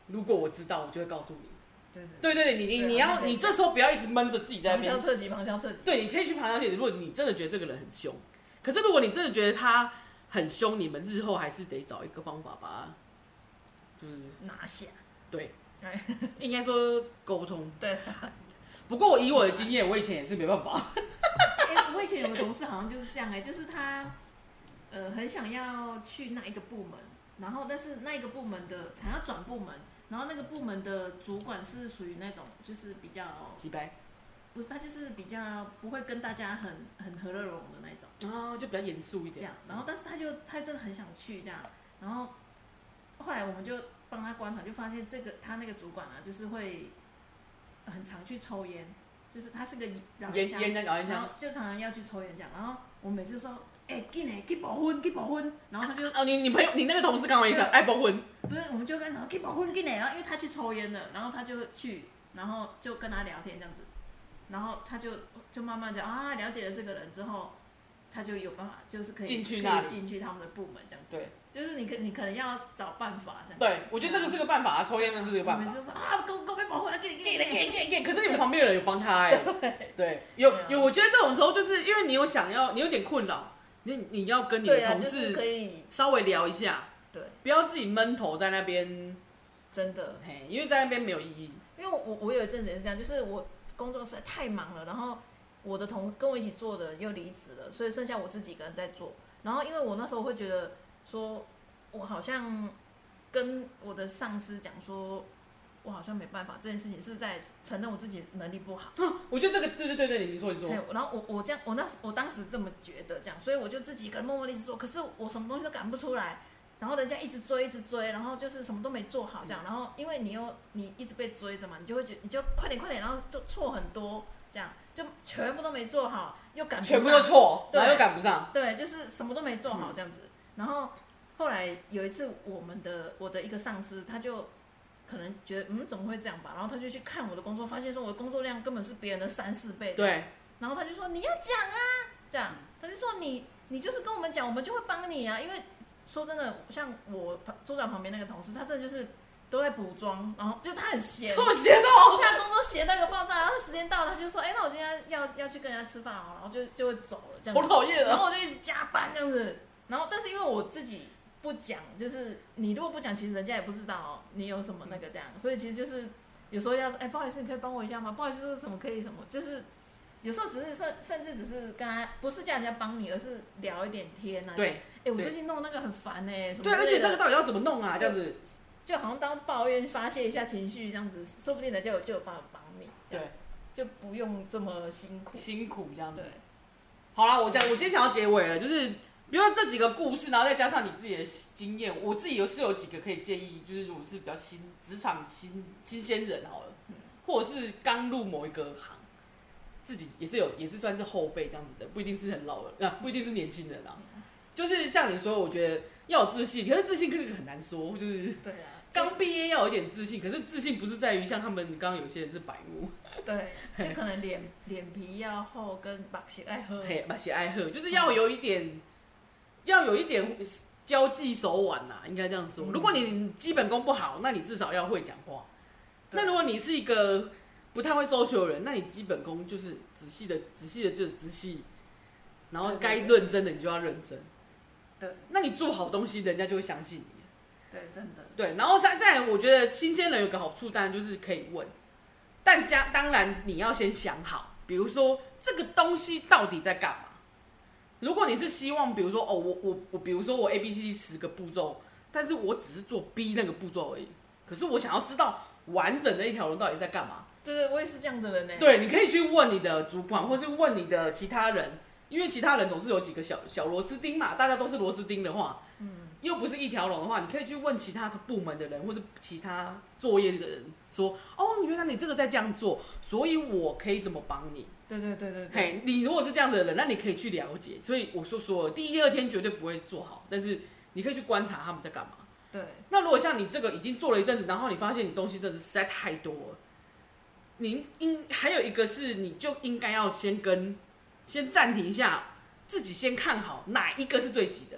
如果我知道，我就会告诉你。 对对对，你你你要你这时候不要一直闷着自己在那边。 旁敲侧击，旁敲侧击。 对，你可以去旁敲侧击。如果你真的觉得这个人很凶，可是如果你真的觉得他很凶，你们日后还是得找一个方法把他就是拿下。 对，应该说沟通。 对。 不过我以我的经验，我以前也是没办法。 欸、我以前有个同事好像就是这样哎、欸，就是他呃很想要去那一个部门，然后但是那一个部门的想要转部门，然后那个部门的主管是属于那种就是比较鸡掰， 不是他就是比较不会跟大家很很和乐融融的那种啊，就比较严肃一点。 这样，然后但是他就他真的很想去这样，然后后来我们就帮他观察，就发现这个他那个主管啊，就是会很常去抽烟。就是他是个老烟枪，然后就常常要去抽烟这样，然后我每次就说，哎、欸，紧嘞，去保婚，去保婚，然后他就， 哦，你你朋友，你那个同事刚刚也想爱保婚， 不是，我们就跟他说去保婚，紧嘞，然后因为他去抽烟了，然后他就去，然后就跟他聊天这样子，然后他就就慢慢讲啊，了解了这个人之后，他就有办法，就是可以进去那里， 进去他们的部门这样子， 对。 就是你可你可能要找办法这样。 对，我觉得这个是个办法啊，抽烟那是个办法。 我们就说啊，给我给我被保护了，给你给你给你给你给你。 可是你们旁边的人有帮他哎、欸，对，有有，我觉得这种时候就是因为你有想要，你有点困扰，你你要跟你的同事可以稍微聊一下， 对， 不要自己闷头在那边， 真的， 嘿，因为在那边没有意义。 因为我我有一阵子也是这样，就是我工作实在太忙了，然后我的同跟我一起做的又离职了，所以剩下我自己一个人在做。然后因为我那时候会觉得说。我好像跟我的上司讲说，我好像没办法，这件事情是在承认我自己能力不好。 嗯、我觉得这个对对对对，你说你说。 然后我我这样，我那我当时这么觉得，这样，所以我就自己一个人默默地一直做，可是我什么东西都赶不出来，然后人家一直追一直追，然后就是什么都没做好这样，然后因为你又你一直被追着嘛，你就会觉得你就快点快点，然后就错很多，这样就全部都没做好，又赶不上， 全部都错，然后又赶不上， 对，就是什么都没做好这样子，然后。后来有一次，我们的我的一个上司，他就可能觉得，嗯，怎么会这样吧？然后他就去看我的工作，发现说我的工作量根本是别人的三四倍。 对。 然后他就说你要讲啊，这样，他就说你你就是跟我们讲，我们就会帮你啊。因为说真的，像我桌长旁边那个同事，他真的就是都在补妆，然后就他很闲， 这么闲哦， 他工作闲到一个爆炸，然后时间到了，他就说，哎，那我今天要要去跟人家吃饭哦，然后就就会走了，这样子。 好讨厌啊！ 然后我就一直加班这样子，然后但是因为我自己。不讲，就是你如果不讲，其实人家也不知道、哦、你有什么那个这样，所以其实就是有时候要说，哎，不好意思，你可以帮我一下吗？不好意思，这是什么可以什么，就是有时候只是甚甚至只是跟他不是叫人家帮你，而是聊一点天啊。 对， 哎，我最近弄那个很烦哎、欸， 对，而且那个到底要怎么弄啊？这样子就好像当抱怨发泄一下情绪这样子，说不定人家有就有办法帮你， 对， 就不用这么辛苦辛苦这样子。 对， 好啦，我讲，我今天想要结尾了，就是。比如说这几个故事，然后再加上你自己的经验，我自己有是有几个可以建议，就是如果是比较新职场新新鲜人好了，嗯、或者是刚入某一个行，自己也是有也是算是后辈这样子的，不一定是很老的，啊不一定是年轻人啊。嗯、就是像你说，我觉得要有自信，可是自信这个很难说，就是对啊， 刚毕业要有一点自信，可是自信不是在于像他们刚刚有些人是白目， 对，就可能脸脸皮要厚，跟把血爱喝， 嘿，把血爱喝，就是要有一点。要有一点交际手腕呐、啊，应该这样说。如果你基本功不好，那你至少要会讲话。那如果你是一个不太会 social 的人，那你基本功就是仔细的、仔细的就是仔细，然后该认真的你就要认真。 对， 那你做好东西，人家就会相信你。 对，真的。 对，然后再再，我觉得新鲜人有个好处，当然就是可以问，但加当然你要先想好，比如说这个东西到底在干嘛。如果你是希望，比如说哦，我我我，比如说我 A B C D 十个步骤，但是我只是做 B 那个步骤而已。可是我想要知道完整的一条龙到底在干嘛。 对对，我也是这样的人呢。 对，你可以去问你的主管，或是问你的其他人，因为其他人总是有几个小小螺丝钉嘛，大家都是螺丝钉的话，嗯，又不是一条龙的话，你可以去问其他部门的人，或是其他作业的人，说哦，原来你这个在这样做，所以我可以怎么帮你。 对对对对对， 嘿，你如果是这样子的人，那你可以去了解。所以我说说，第一、二天绝对不会做好，但是你可以去观察他们在干嘛。 对。 那如果像你这个已经做了一阵子，然后你发现你东西真的实在太多了，你应还有一个是，你就应该要先跟先暂停一下，自己先看好哪一个是最急的。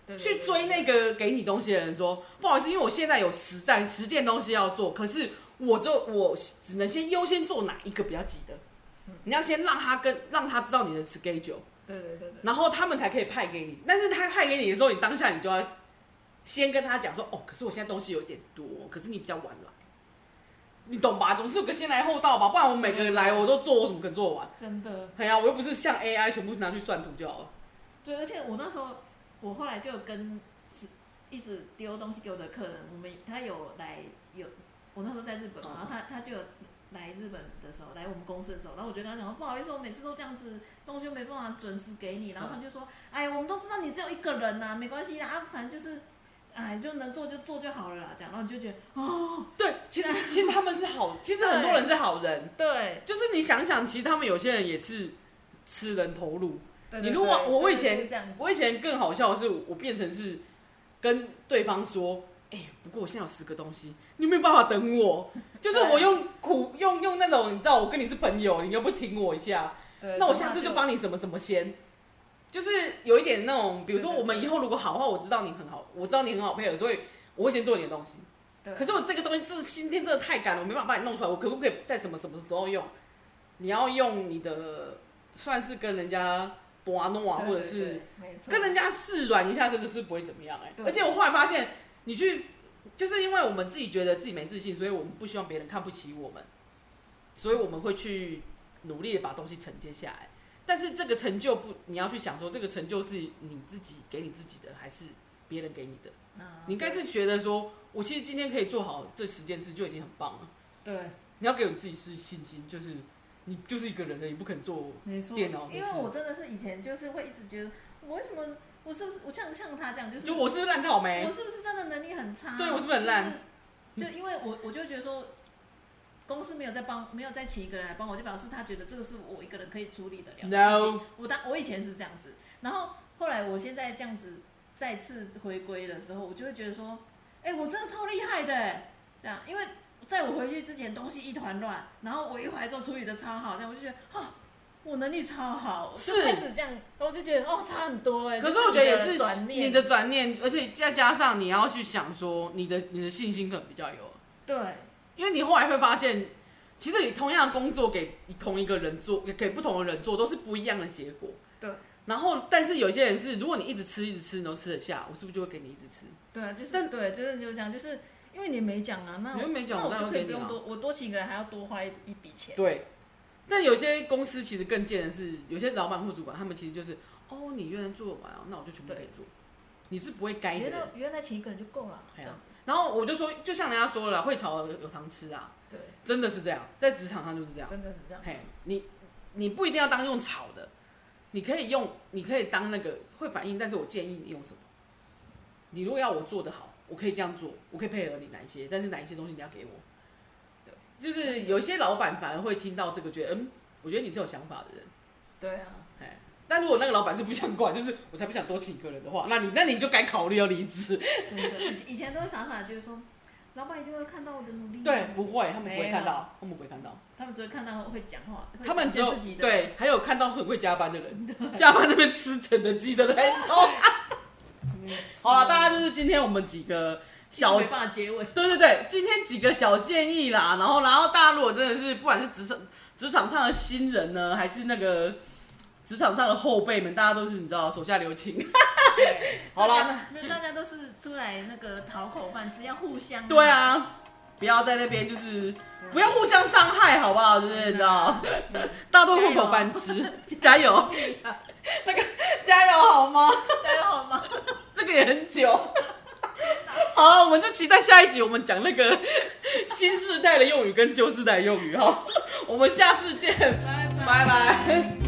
对对对去追那个给你东西的人说，不好意思，因为我现在有实战十件东西要做，可是我就我只能先优先做哪一个比较急的。嗯、你要先让他跟让他知道你的 schedule， 对对对对， 然后他们才可以派给你。但是他派给你的时候，你当下你就要先跟他讲说，哦，可是我现在东西有点多，可是你比较晚来。你懂吧？总是有个先来后到吧，不然我每个人来我都做，我怎么可能做完？ 真的。 对啊，我又不是像 A I 全部拿去算图就好了。 对，而且我那时候，我后来就有跟是一直丢东西给我的客人，我们他有来有，我那时候在日本嘛，然后他他就有来日本的时候，来我们公司的时候，然后我就跟他讲说，不好意思，我每次都这样子，东西没办法准时给你，然后他就说，哎，我们都知道你只有一个人呐、啊，没关系啦，啊，反正就是。哎，就能做就做就好了啦，这样，然后你就觉得哦， 对，其实其实他们是好，其实很多人是好人， 对， 就是你想想，其实他们有些人也是吃人头路。 对对对， 你如果我我以前这样我以前更好笑的是，我变成是跟对方说，哎、欸，不过我现在有十个东西，你有没有办法等我？就是我用苦用用那种，你知道，我跟你是朋友，你又不挺我一下，那我下次就帮你什么什么先。就是有一点那种，比如说我们以后如果好的话，我知道你很好，我知道你很好配合，所以我会先做你的东西。可是我这个东西，这今天真的太赶了，我没办法帮你弄出来。我可不可以在什么什么时候用？你要用你的，算是跟人家博啊弄啊，或者是跟人家示软一下，真的是不会怎么样哎、欸。而且我后来发现，你去，就是因为我们自己觉得自己没自信，所以我们不希望别人看不起我们，所以我们会去努力的把东西承接下来。但是这个成就不，你要去想说，这个成就是你自己给你自己的，还是别人给你的？啊、你应该是觉得说，我其实今天可以做好这十件事就已经很棒了。 对， 你要给你自己是信心，就是你就是一个人的，你不肯做电脑。 因为我真的是以前就是会一直觉得，我为什么我是不是我像像他这样，就是就我是不是烂草莓？ 我是不是真的能力很差？ 对，我是不是很烂？ 就, 就因为我我就觉得说。公司没有在帮，没有再请一个人来帮我，就表示他觉得这个是我一个人可以处理的了事情。 No. 我当我以前是这样子，然后后来我现在这样子再次回归的时候，我就会觉得说，哎、欸，我真的超厉害的，这样，因为在我回去之前东西一团乱，然后我一回来之后处理的超好，这样我就觉得，哦，我能力超好，就开始这样，然后就觉得哦差很多哎。 可是我觉得也是你的转念，而且再加上你要去想说，你的你的信心可能比较有。 对。 因为你后来会发现，其实你同样的工作给同一个人做，给不同的人做，都是不一样的结果。 对。 然后，但是有些人是，如果你一直吃，一直吃，你都吃得下，我是不是就会给你一直吃？ 对，就是，对，就是就是这样，就是因为你没讲啊，那你没讲， 那我就可以不用多，我多请一个人还要多花一笔钱。 对。但有些公司其实更贱的是，有些老板或主管，他们其实就是，哦，你原来做完啊，那我就全部给你做。你是不会该的人。 原来原来请一个人就够了，这样子。 然后我就说，就像人家说了，会炒有糖吃啊。 对， 真的是这样，在职场上就是这样。 真的是这样。 嘿，你你不一定要当用炒的，你可以用，你可以当那个会反应，但是我建议你用什么？你如果要我做得好，我可以这样做，我可以配合你哪一些，但是哪一些东西你要给我。对，就是有些老板反而会听到这个，觉得嗯，我觉得你是有想法的人。 对啊。 哎。但如果那个老板是不想管，就是我才不想多请一个人的话，那你那你就该考虑要离职。 真的，以前都会傻傻就是说，老板一定会看到我的努力。 对，不会，他们不会看到，他们不会看到， 他们只会看到会讲话， 他们只有自己的对，还有看到很会加班的人，加班这边吃肯德基的那种。好了，大家就是今天我们几个小没办法结尾。 对对对，今天几个小建议啦，然后然后大家如果真的是不管是职场职场上的新人呢，还是那个。职场上的后辈们，大家都是你知道手下留情。好了， 那大家都是出来那个讨口饭吃，要互相、啊。 对啊，不要在那边就是不要互相伤害，好不好？就是你知道，大家都混口饭吃，加油！那个加油好吗？ 加油好吗？ 这个也很久。好了，我们就期待下一集，我们讲那个新世代的用语跟旧世代的用语哈。我们下次见，拜拜。拜拜。